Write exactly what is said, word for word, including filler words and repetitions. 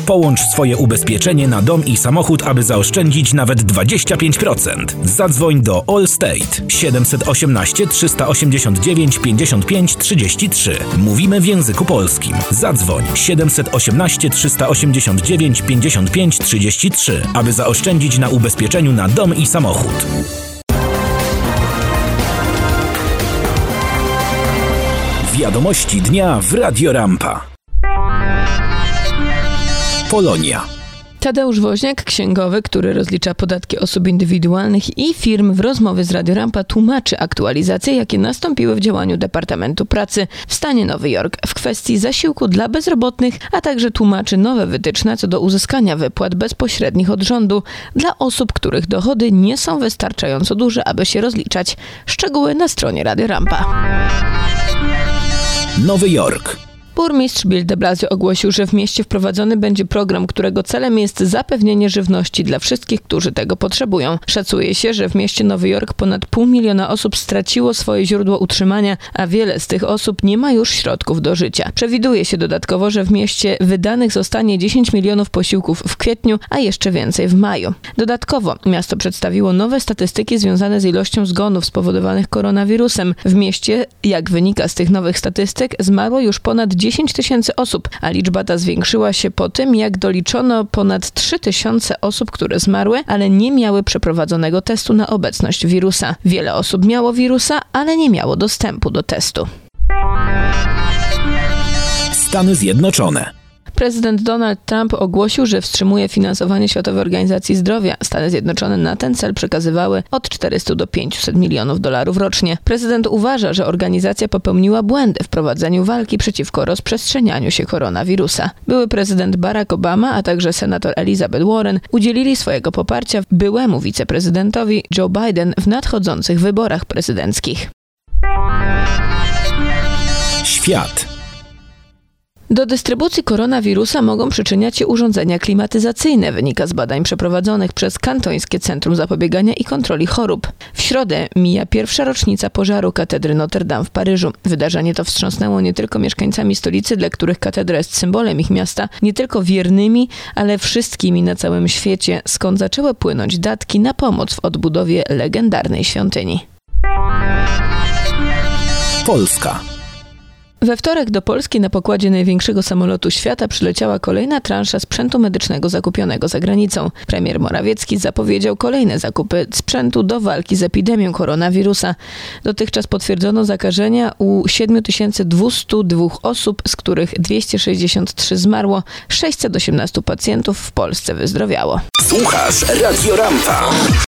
Połącz swoje ubezpieczenie na dom i samochód, aby zaoszczędzić nawet dwadzieścia pięć procent. Zadzwoń do Allstate siedem jeden osiem, trzysta osiemdziesiąt dziewięć, pięćdziesiąt pięć, trzydzieści trzy. Mówimy w języku polskim. Zadzwoń siedem jeden osiem, trzysta osiemdziesiąt dziewięć, pięćdziesiąt pięć, trzydzieści trzy, aby zaoszczędzić na ubezpieczeniu na dom i samochód. Wiadomości dnia w Radio Rampa. Polonia. Tadeusz Woźniak, księgowy, który rozlicza podatki osób indywidualnych i firm, w rozmowie z Radio Rampa tłumaczy aktualizacje, jakie nastąpiły w działaniu Departamentu Pracy w stanie Nowy Jork w kwestii zasiłku dla bezrobotnych, a także tłumaczy nowe wytyczne co do uzyskania wypłat bezpośrednich od rządu dla osób, których dochody nie są wystarczająco duże, aby się rozliczać. Szczegóły na stronie Radio Rampa. Nowy Jork. Burmistrz Bill de Blasio ogłosił, że w mieście wprowadzony będzie program, którego celem jest zapewnienie żywności dla wszystkich, którzy tego potrzebują. Szacuje się, że w mieście Nowy Jork ponad pół miliona osób straciło swoje źródło utrzymania, a wiele z tych osób nie ma już środków do życia. Przewiduje się dodatkowo, że w mieście wydanych zostanie dziesięć milionów posiłków w kwietniu, a jeszcze więcej w maju. Dodatkowo miasto przedstawiło nowe statystyki związane z ilością zgonów spowodowanych koronawirusem. W mieście, jak wynika z tych nowych statystyk, zmarło już ponad dziesięć tysięcy osób, a liczba ta zwiększyła się po tym, jak doliczono ponad trzy tysiące osób, które zmarły, ale nie miały przeprowadzonego testu na obecność wirusa. Wiele osób miało wirusa, ale nie miało dostępu do testu. Stany Zjednoczone. Prezydent Donald Trump ogłosił, że wstrzymuje finansowanie Światowej Organizacji Zdrowia. Stany Zjednoczone na ten cel przekazywały od czterysta do pięciuset milionów dolarów rocznie. Prezydent uważa, że organizacja popełniła błędy w prowadzeniu walki przeciwko rozprzestrzenianiu się koronawirusa. Były prezydent Barack Obama, a także senator Elizabeth Warren udzielili swojego poparcia byłemu wiceprezydentowi Joe Biden w nadchodzących wyborach prezydenckich. Świat. Do dystrybucji koronawirusa mogą przyczyniać się urządzenia klimatyzacyjne, wynika z badań przeprowadzonych przez Kantońskie Centrum Zapobiegania i Kontroli Chorób. W środę mija pierwsza rocznica pożaru katedry Notre Dame w Paryżu. Wydarzenie to wstrząsnęło nie tylko mieszkańcami stolicy, dla których katedra jest symbolem ich miasta, nie tylko wiernymi, ale wszystkimi na całym świecie, skąd zaczęły płynąć datki na pomoc w odbudowie legendarnej świątyni. Polska. We wtorek do Polski na pokładzie największego samolotu świata przyleciała kolejna transza sprzętu medycznego zakupionego za granicą. Premier Morawiecki zapowiedział kolejne zakupy sprzętu do walki z epidemią koronawirusa. Dotychczas potwierdzono zakażenia u siedem tysięcy dwieście dwa osób, z których dwieście sześćdziesiąt trzy zmarło, sześćset osiemnaście pacjentów w Polsce wyzdrowiało. Słuchasz Radio Rampa.